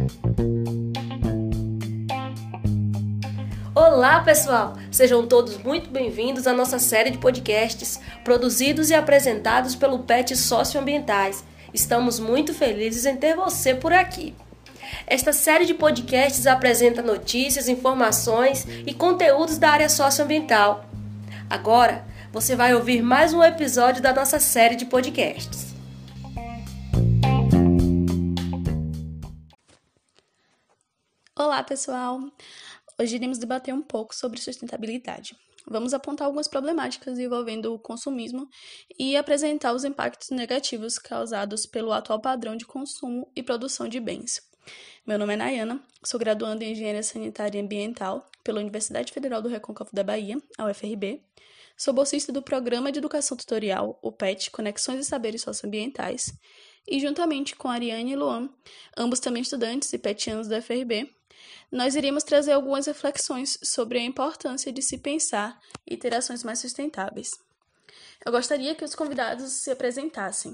Olá, pessoal! Sejam todos muito bem-vindos à nossa série de podcasts produzidos e apresentados pelo PET Socioambientais. Estamos muito felizes em ter você por aqui. Esta série de podcasts apresenta notícias, informações e conteúdos da área socioambiental. Agora, você vai ouvir mais um episódio da nossa série de podcasts. Olá, pessoal! Hoje iremos debater um pouco sobre sustentabilidade. Vamos apontar algumas problemáticas envolvendo o consumismo e apresentar os impactos negativos causados pelo atual padrão de consumo e produção de bens. Meu nome é Nayana, sou graduanda em Engenharia Sanitária e Ambiental pela Universidade Federal do Recôncavo da Bahia, a UFRB. Sou bolsista do Programa de Educação Tutorial, o PET, Conexões e Saberes Socioambientais, e juntamente com Ariane e Luan, ambos também estudantes e petianos da UFRB, nós iremos trazer algumas reflexões sobre a importância de se pensar e ter ações mais sustentáveis. Eu gostaria que os convidados se apresentassem.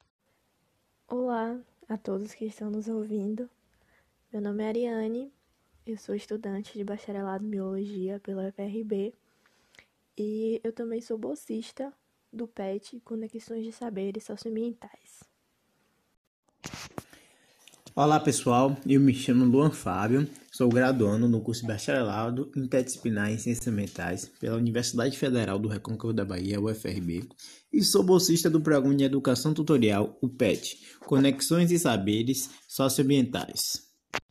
Olá a todos que estão nos ouvindo. Meu nome é Ariane, eu sou estudante de bacharelado em Biologia pela UFRB e eu também sou bolsista do PET Conexões de Saberes Socioambientais. Olá pessoal, eu me chamo Luan Fábio, sou graduando no curso de bacharelado interdisciplinar em Ciências Ambientais pela Universidade Federal do Recôncavo da Bahia, UFRB, e sou bolsista do Programa de Educação Tutorial, o PET, Conexões e Saberes Socioambientais.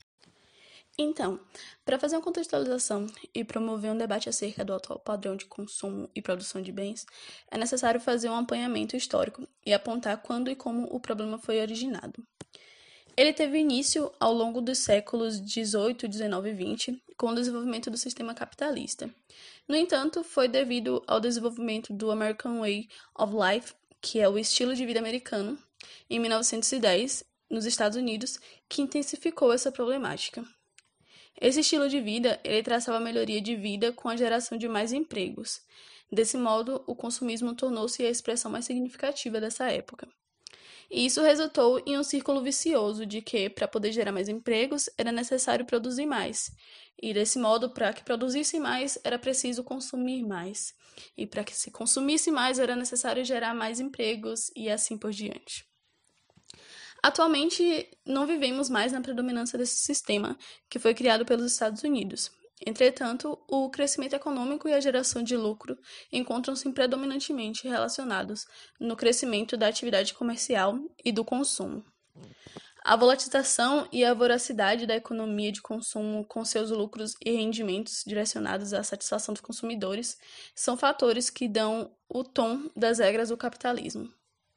Então, para fazer uma contextualização e promover um debate acerca do atual padrão de consumo e produção de bens, é necessário fazer um apanhamento histórico e apontar quando e como o problema foi originado. Ele teve início ao longo dos séculos XVIII, XIX e XX, com o desenvolvimento do sistema capitalista. No entanto, foi devido ao desenvolvimento do American Way of Life, que é o estilo de vida americano, em 1910, nos Estados Unidos, que intensificou essa problemática. Esse estilo de vida, ele traçava a melhoria de vida com a geração de mais empregos. Desse modo, o consumismo tornou-se a expressão mais significativa dessa época. E isso resultou em um círculo vicioso de que, para poder gerar mais empregos, era necessário produzir mais. E desse modo, para que produzisse mais, era preciso consumir mais. E para que se consumisse mais, era necessário gerar mais empregos e assim por diante. Atualmente, não vivemos mais na predominância desse sistema, que foi criado pelos Estados Unidos. Entretanto, o crescimento econômico e a geração de lucro encontram-se predominantemente relacionados no crescimento da atividade comercial e do consumo. A volatilização e a voracidade da economia de consumo, com seus lucros e rendimentos direcionados à satisfação dos consumidores, são fatores que dão o tom das regras do capitalismo.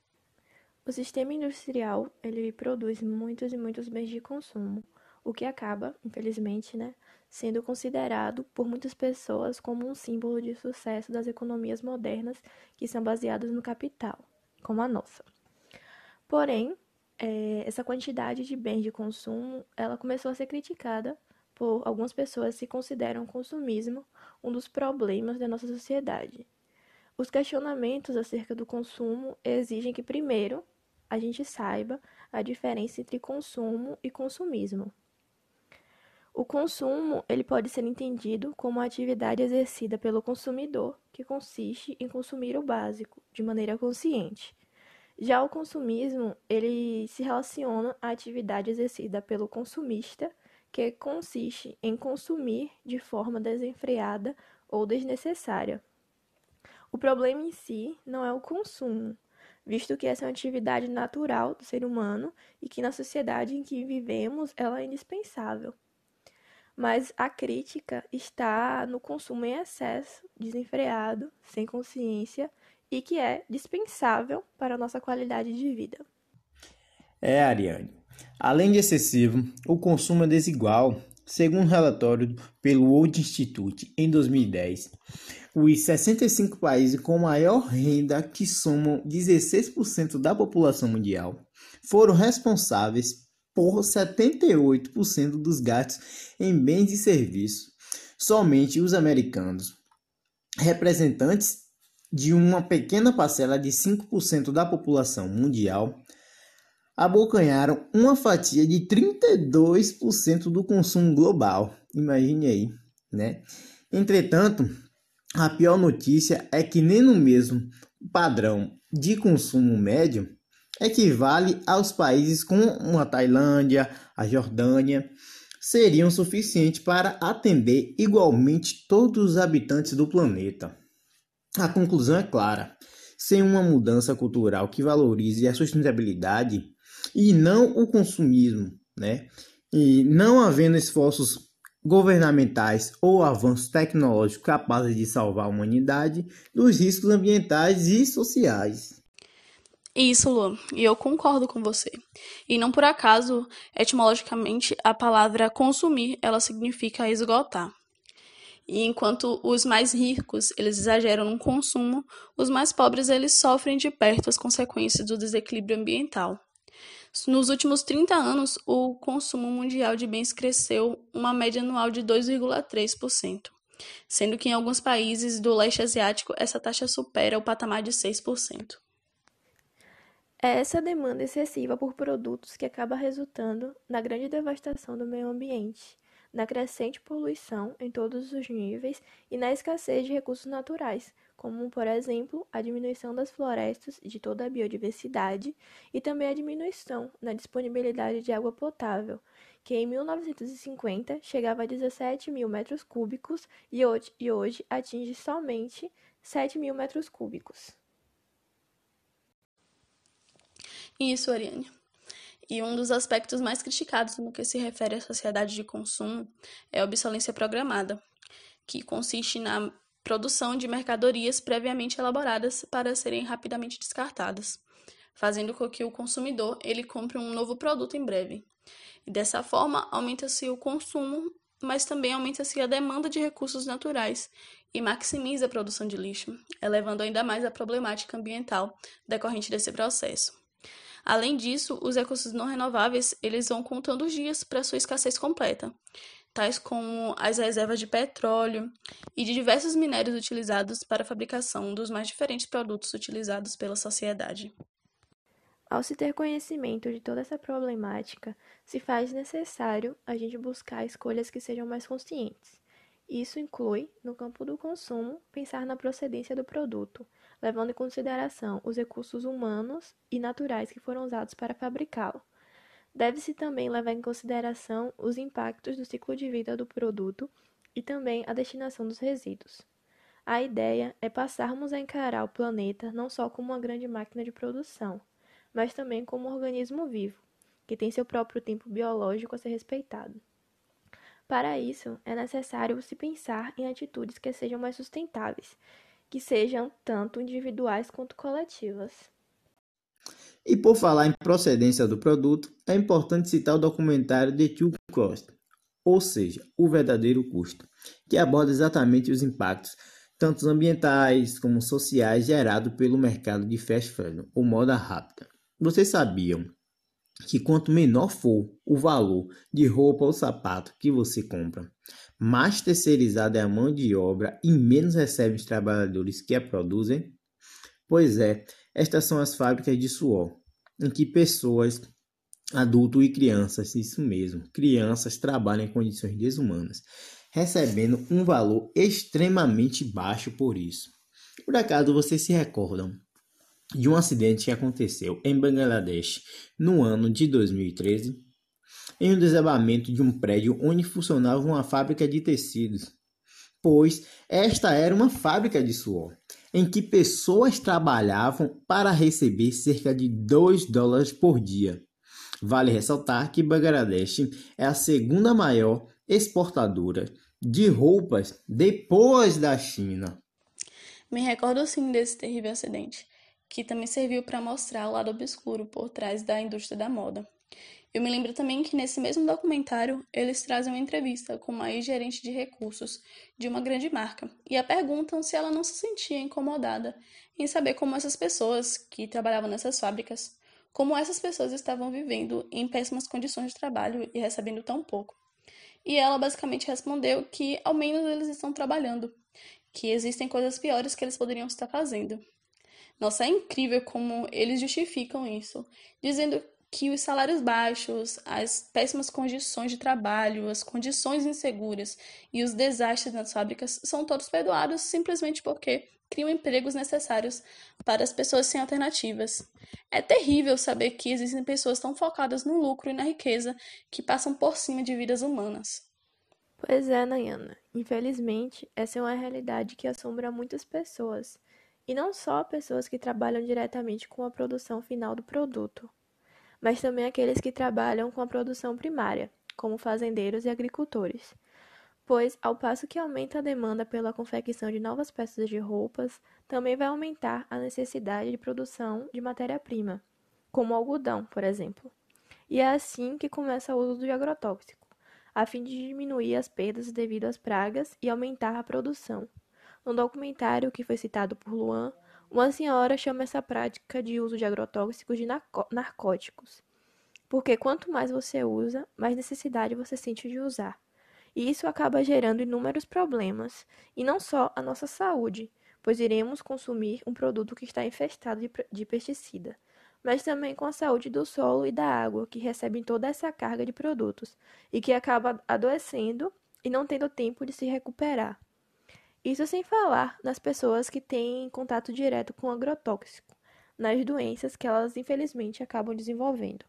O sistema industrial, ele produz muitos e muitos bens de consumo, o que acaba, infelizmente, sendo considerado por muitas pessoas como um símbolo de sucesso das economias modernas que são baseadas no capital, como a nossa. Porém, essa quantidade de bens de consumo, ela começou a ser criticada por algumas pessoas que consideram o consumismo um dos problemas da nossa sociedade. Os questionamentos acerca do consumo exigem que, primeiro, a gente saiba a diferença entre consumo e consumismo. O consumo, ele pode ser entendido como uma atividade exercida pelo consumidor, que consiste em consumir o básico, de maneira consciente. Já o consumismo, ele se relaciona à atividade exercida pelo consumista, que consiste em consumir de forma desenfreada ou desnecessária. O problema em si não é o consumo, visto que essa é uma atividade natural do ser humano e que na sociedade em que vivemos ela é indispensável. Mas a crítica está no consumo em excesso, desenfreado, sem consciência e que é dispensável para a nossa qualidade de vida. Ariane. Além de excessivo, o consumo é desigual. Segundo um relatório pelo World Institute, em 2010, os 65 países com maior renda, que somam 16% da população mundial, foram responsáveis por 78% dos gastos em bens e serviços. Somente os americanos, representantes de uma pequena parcela de 5% da população mundial, abocanharam uma fatia de 32% do consumo global. Imagine aí, né? Entretanto, a pior notícia é que nem no mesmo padrão de consumo médio equivale aos países como a Tailândia, a Jordânia, seriam suficientes para atender igualmente todos os habitantes do planeta. A conclusão é clara: sem uma mudança cultural que valorize a sustentabilidade e não o consumismo, né? E não havendo esforços governamentais ou avanços tecnológicos capazes de salvar a humanidade dos riscos ambientais e sociais. Isso, Lu, e eu concordo com você. E não por acaso, etimologicamente, a palavra consumir, ela significa esgotar. E enquanto os mais ricos, eles exageram no consumo, os mais pobres, eles sofrem de perto as consequências do desequilíbrio ambiental. Nos últimos 30 anos, o consumo mundial de bens cresceu uma média anual de 2,3%, sendo que em alguns países do leste asiático essa taxa supera o patamar de 6%. É essa demanda excessiva por produtos que acaba resultando na grande devastação do meio ambiente, na crescente poluição em todos os níveis e na escassez de recursos naturais, como, por exemplo, a diminuição das florestas e de toda a biodiversidade e também a diminuição na disponibilidade de água potável, que em 1950 chegava a 17 mil metros cúbicos e hoje atinge somente 7 mil metros cúbicos. Isso, Ariane. E um dos aspectos mais criticados no que se refere à sociedade de consumo é a obsolescência programada, que consiste na produção de mercadorias previamente elaboradas para serem rapidamente descartadas, fazendo com que o consumidor ele compre um novo produto em breve. E dessa forma, aumenta-se o consumo, mas também aumenta-se a demanda de recursos naturais e maximiza a produção de lixo, elevando ainda mais a problemática ambiental decorrente desse processo. Além disso, os recursos não renováveis eles vão contando os dias para sua escassez completa, tais como as reservas de petróleo e de diversos minérios utilizados para a fabricação dos mais diferentes produtos utilizados pela sociedade. Ao se ter conhecimento de toda essa problemática, se faz necessário a gente buscar escolhas que sejam mais conscientes. Isso inclui, no campo do consumo, pensar na procedência do produto, levando em consideração os recursos humanos e naturais que foram usados para fabricá-lo. Deve-se também levar em consideração os impactos do ciclo de vida do produto e também a destinação dos resíduos. A ideia é passarmos a encarar o planeta não só como uma grande máquina de produção, mas também como um organismo vivo, que tem seu próprio tempo biológico a ser respeitado. Para isso, é necessário se pensar em atitudes que sejam mais sustentáveis, que sejam tanto individuais quanto coletivas. E por falar em procedência do produto, é importante citar o documentário The True Cost, ou seja, o verdadeiro custo, que aborda exatamente os impactos, tanto ambientais como sociais, gerados pelo mercado de fast fashion, ou moda rápida. Vocês sabiam que quanto menor for o valor de roupa ou sapato que você compra, mais terceirizada é a mão de obra e menos recebem os trabalhadores que a produzem? Pois é, estas são as fábricas de suor, em que pessoas, adultos e crianças, isso mesmo, crianças trabalham em condições desumanas, recebendo um valor extremamente baixo por isso. Por acaso vocês se recordam de um acidente que aconteceu em Bangladesh no ano de 2013, em um desabamento de um prédio onde funcionava uma fábrica de tecidos, pois esta era uma fábrica de suor, em que pessoas trabalhavam para receber cerca de $2 por dia. Vale ressaltar que Bangladesh é a segunda maior exportadora de roupas depois da China. Me recordo sim desse terrível acidente, que também serviu para mostrar o lado obscuro por trás da indústria da moda. Eu me lembro também que nesse mesmo documentário eles trazem uma entrevista com uma ex-gerente de recursos de uma grande marca e a perguntam se ela não se sentia incomodada em saber como essas pessoas que trabalhavam nessas fábricas, como essas pessoas estavam vivendo em péssimas condições de trabalho e recebendo tão pouco. E ela basicamente respondeu que ao menos eles estão trabalhando, que existem coisas piores que eles poderiam estar fazendo. Nossa, é incrível como eles justificam isso, dizendo que os salários baixos, as péssimas condições de trabalho, as condições inseguras e os desastres nas fábricas são todos perdoados simplesmente porque criam empregos necessários para as pessoas sem alternativas. É terrível saber que existem pessoas tão focadas no lucro e na riqueza que passam por cima de vidas humanas. Pois é, Nayana. Infelizmente, essa é uma realidade que assombra muitas pessoas. E não só pessoas que trabalham diretamente com a produção final do produto, mas também aqueles que trabalham com a produção primária, como fazendeiros e agricultores. Pois, ao passo que aumenta a demanda pela confecção de novas peças de roupas, também vai aumentar a necessidade de produção de matéria-prima, como algodão, por exemplo. E é assim que começa o uso do agrotóxico, a fim de diminuir as perdas devido às pragas e aumentar a produção. No documentário que foi citado por Luan, uma senhora chama essa prática de uso de agrotóxicos de narcóticos, porque quanto mais você usa, mais necessidade você sente de usar. E isso acaba gerando inúmeros problemas, e não só a nossa saúde, pois iremos consumir um produto que está infestado de pesticida, mas também com a saúde do solo e da água, que recebem toda essa carga de produtos, e que acaba adoecendo e não tendo tempo de se recuperar. Isso sem falar nas pessoas que têm contato direto com o agrotóxico, nas doenças que elas infelizmente acabam desenvolvendo.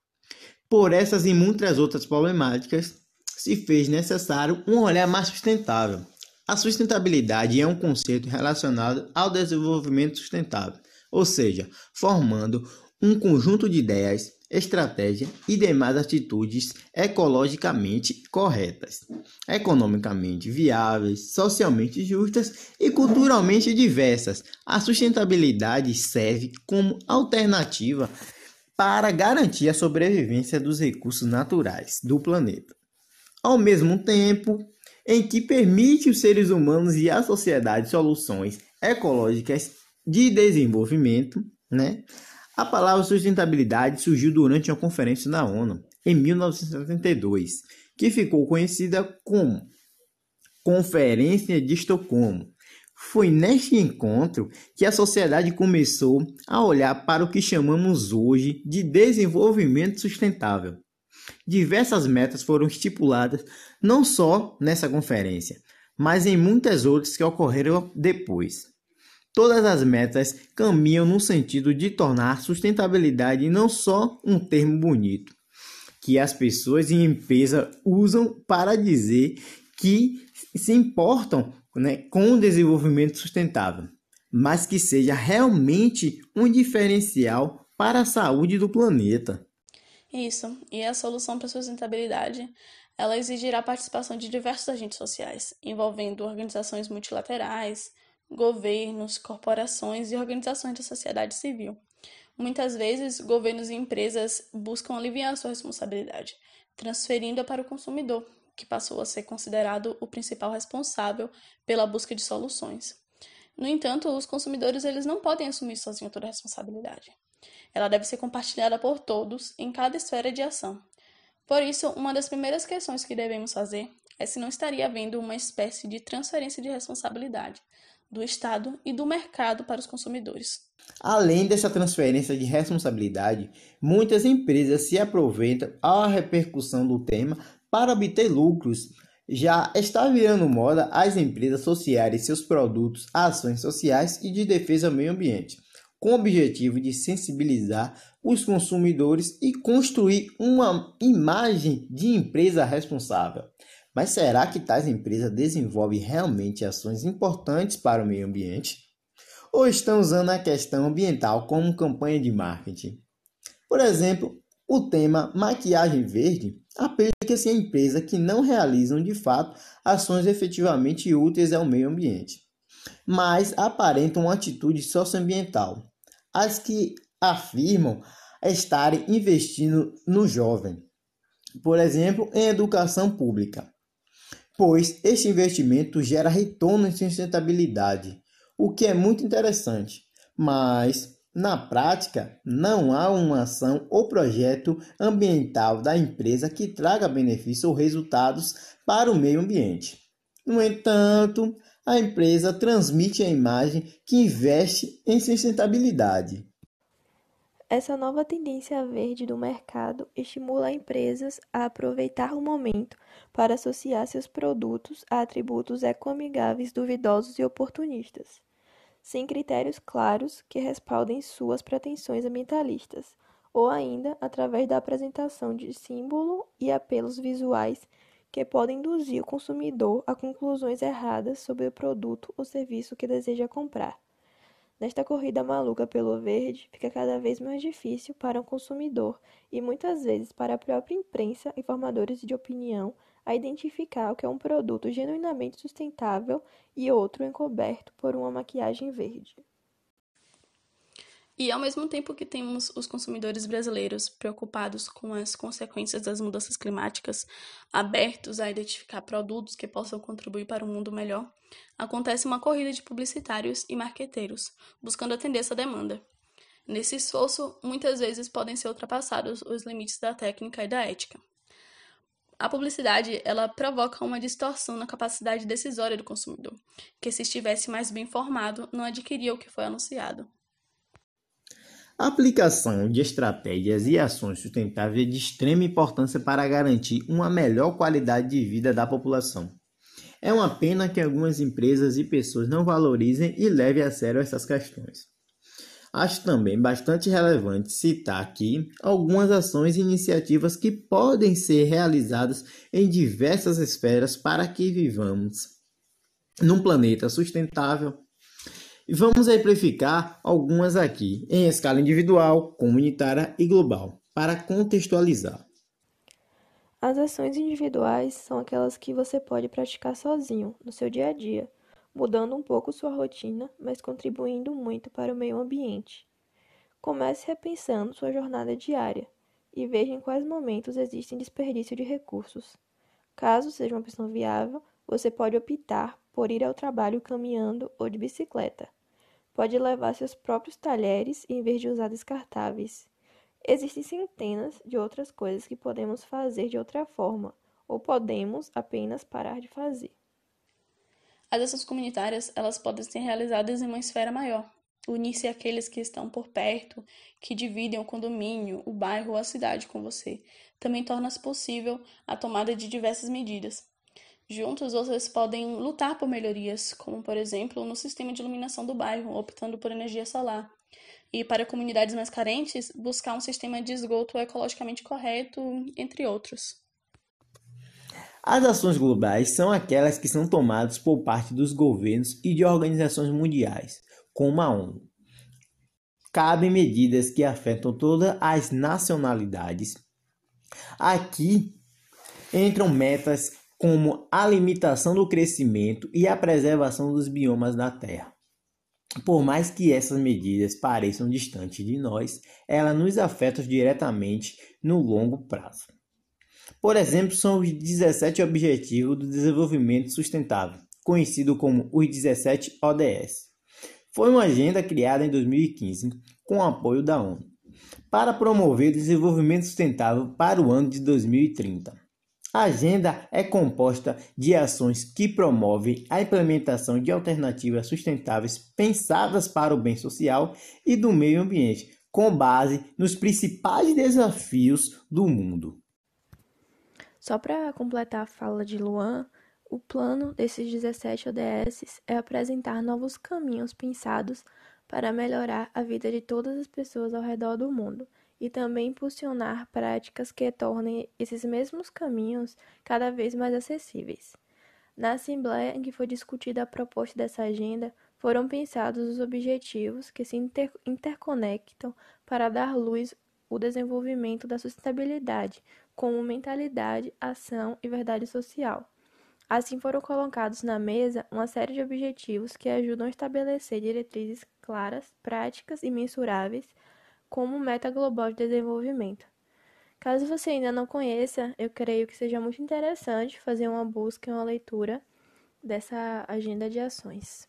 Por essas e muitas outras problemáticas, se fez necessário um olhar mais sustentável. A sustentabilidade é um conceito relacionado ao desenvolvimento sustentável, ou seja, formando um conjunto de ideias, estratégia e demais atitudes ecologicamente corretas, economicamente viáveis, socialmente justas e culturalmente diversas. A sustentabilidade serve como alternativa para garantir a sobrevivência dos recursos naturais do planeta, ao mesmo tempo em que permite os seres humanos e a sociedade soluções ecológicas de desenvolvimento, A palavra sustentabilidade surgiu durante uma conferência na ONU, em 1972, que ficou conhecida como Conferência de Estocolmo. Foi neste encontro que a sociedade começou a olhar para o que chamamos hoje de desenvolvimento sustentável. Diversas metas foram estipuladas não só nessa conferência, mas em muitas outras que ocorreram depois. Todas as metas caminham no sentido de tornar sustentabilidade não só um termo bonito, que as pessoas e empresas usam para dizer que se importam com o desenvolvimento sustentável, mas que seja realmente um diferencial para a saúde do planeta. Isso, e a solução para a sustentabilidade, ela exigirá a participação de diversos agentes sociais, envolvendo organizações multilaterais, governos, corporações e organizações da sociedade civil. Muitas vezes, governos e empresas buscam aliviar sua responsabilidade, transferindo-a para o consumidor, que passou a ser considerado o principal responsável pela busca de soluções. No entanto, os consumidores eles não podem assumir sozinhos toda a responsabilidade. Ela deve ser compartilhada por todos em cada esfera de ação. Por isso, uma das primeiras questões que devemos fazer é se não estaria havendo uma espécie de transferência de responsabilidade do Estado e do mercado para os consumidores. Além dessa transferência de responsabilidade, muitas empresas se aproveitam à repercussão do tema para obter lucros. Já está virando moda as empresas associarem seus produtos a ações sociais e de defesa ao meio ambiente, com o objetivo de sensibilizar os consumidores e construir uma imagem de empresa responsável. Mas será que tais empresas desenvolvem realmente ações importantes para o meio ambiente? Ou estão usando a questão ambiental como campanha de marketing? Por exemplo, o tema maquiagem verde aplica-se a empresas que não realizam de fato ações efetivamente úteis ao meio ambiente, mas aparentam uma atitude socioambiental. As que afirmam estarem investindo no jovem, por exemplo, em educação pública, pois este investimento gera retorno em sustentabilidade, o que é muito interessante, mas na prática não há uma ação ou projeto ambiental da empresa que traga benefícios ou resultados para o meio ambiente. No entanto, a empresa transmite a imagem que investe em sustentabilidade. Essa nova tendência verde do mercado estimula empresas a aproveitar o momento para associar seus produtos a atributos ecoamigáveis duvidosos e oportunistas, sem critérios claros que respaldem suas pretensões ambientalistas, ou ainda através da apresentação de símbolo e apelos visuais que podem induzir o consumidor a conclusões erradas sobre o produto ou serviço que deseja comprar. Nesta corrida maluca pelo verde, fica cada vez mais difícil para o consumidor e muitas vezes para a própria imprensa e formadores de opinião a identificar o que é um produto genuinamente sustentável e outro encoberto por uma maquiagem verde. E ao mesmo tempo que temos os consumidores brasileiros preocupados com as consequências das mudanças climáticas, abertos a identificar produtos que possam contribuir para um mundo melhor, acontece uma corrida de publicitários e marqueteiros, buscando atender essa demanda. Nesse esforço, muitas vezes podem ser ultrapassados os limites da técnica e da ética. A publicidade, ela provoca uma distorção na capacidade decisória do consumidor, que se estivesse mais bem informado, não adquiria o que foi anunciado. A aplicação de estratégias e ações sustentáveis é de extrema importância para garantir uma melhor qualidade de vida da população. É uma pena que algumas empresas e pessoas não valorizem e levem a sério essas questões. Acho também bastante relevante citar aqui algumas ações e iniciativas que podem ser realizadas em diversas esferas para que vivamos num planeta sustentável. E vamos exemplificar algumas aqui, em escala individual, comunitária e global, para contextualizar. As ações individuais são aquelas que você pode praticar sozinho, no seu dia a dia, mudando um pouco sua rotina, mas contribuindo muito para o meio ambiente. Comece repensando sua jornada diária e veja em quais momentos existem desperdício de recursos. Caso seja uma opção viável, você pode optar por ir ao trabalho caminhando ou de bicicleta. Pode levar seus próprios talheres em vez de usar descartáveis. Existem centenas de outras coisas que podemos fazer de outra forma, ou podemos apenas parar de fazer. As ações comunitárias, elas podem ser realizadas em uma esfera maior. Unir-se àqueles que estão por perto, que dividem o condomínio, o bairro ou a cidade com você, também torna-se possível a tomada de diversas medidas. Juntos, vocês podem lutar por melhorias, como, por exemplo, no sistema de iluminação do bairro, optando por energia solar. E para comunidades mais carentes, buscar um sistema de esgoto ecologicamente correto, entre outros. As ações globais são aquelas que são tomadas por parte dos governos e de organizações mundiais, como a ONU. Cabem medidas que afetam todas as nacionalidades. Aqui entram metas como a limitação do crescimento e a preservação dos biomas da Terra. Por mais que essas medidas pareçam distantes de nós, elas nos afetam diretamente no longo prazo. Por exemplo, são os 17 Objetivos do Desenvolvimento Sustentável, conhecido como os 17 ODS. Foi uma agenda criada em 2015 com o apoio da ONU, para promover o desenvolvimento sustentável para o ano de 2030. A agenda é composta de ações que promovem a implementação de alternativas sustentáveis pensadas para o bem social e do meio ambiente, com base nos principais desafios do mundo. Só para completar a fala de Luan, o plano desses 17 ODS é apresentar novos caminhos pensados para melhorar a vida de todas as pessoas ao redor do mundo e também impulsionar práticas que tornem esses mesmos caminhos cada vez mais acessíveis. Na Assembleia em que foi discutida a proposta dessa agenda, foram pensados os objetivos que se interconectam para dar luz ao desenvolvimento da sustentabilidade, como mentalidade, ação e verdade social. Assim foram colocados na mesa uma série de objetivos que ajudam a estabelecer diretrizes claras, práticas e mensuráveis como meta global de desenvolvimento. Caso você ainda não conheça, eu creio que seja muito interessante fazer uma busca e uma leitura dessa agenda de ações.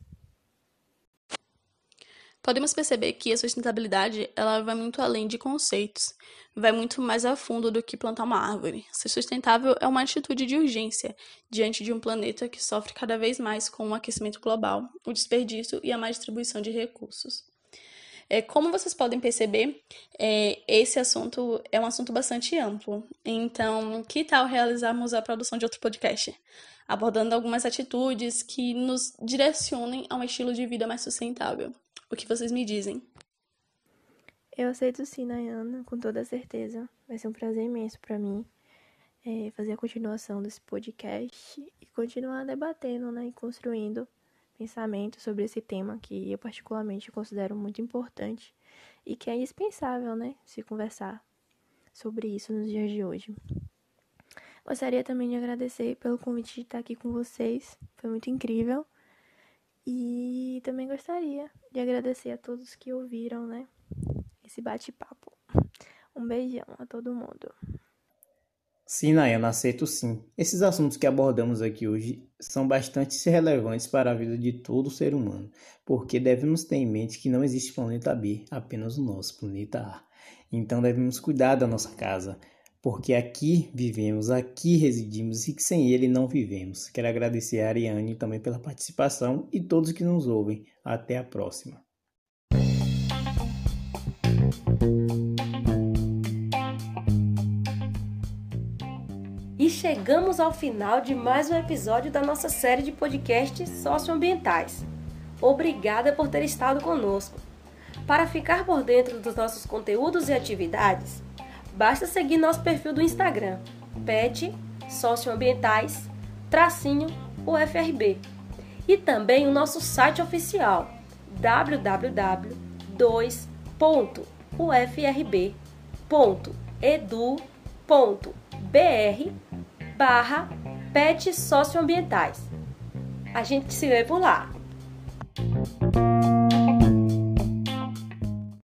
Podemos perceber que a sustentabilidade ela vai muito além de conceitos, vai muito mais a fundo do que plantar uma árvore. Ser sustentável é uma atitude de urgência diante de um planeta que sofre cada vez mais com o aquecimento global, o desperdício e a má distribuição de recursos. Como vocês podem perceber, esse assunto é um assunto bastante amplo. Então, que tal realizarmos a produção de outro podcast, abordando algumas atitudes que nos direcionem a um estilo de vida mais sustentável? O que vocês me dizem? Eu aceito sim, Nayana, com toda certeza. Vai ser um prazer imenso para mim fazer a continuação desse podcast e continuar debatendo, né, e construindo pensamento sobre esse tema que eu particularmente considero muito importante e que é indispensável, né, se conversar sobre isso nos dias de hoje. Gostaria também de agradecer pelo convite de estar aqui com vocês, foi muito incrível. E também gostaria de agradecer a todos que ouviram, né, esse bate-papo. Um beijão a todo mundo. Sim, Nayana, aceito sim. Esses assuntos que abordamos aqui hoje são bastante relevantes para a vida de todo ser humano, porque devemos ter em mente que não existe planeta B, apenas o nosso planeta A. Então devemos cuidar da nossa casa, porque aqui vivemos, aqui residimos e que sem ele não vivemos. Quero agradecer a Ariane também pela participação e todos que nos ouvem. Até a próxima. E chegamos ao final de mais um episódio da nossa série de podcasts socioambientais. Obrigada por ter estado conosco. Para ficar por dentro dos nossos conteúdos e atividades, basta seguir nosso perfil do Instagram, PET Socioambientais _UFRB, e também o nosso site oficial www.ufrb.edu.br/PET Socioambientais. A gente se vê por lá.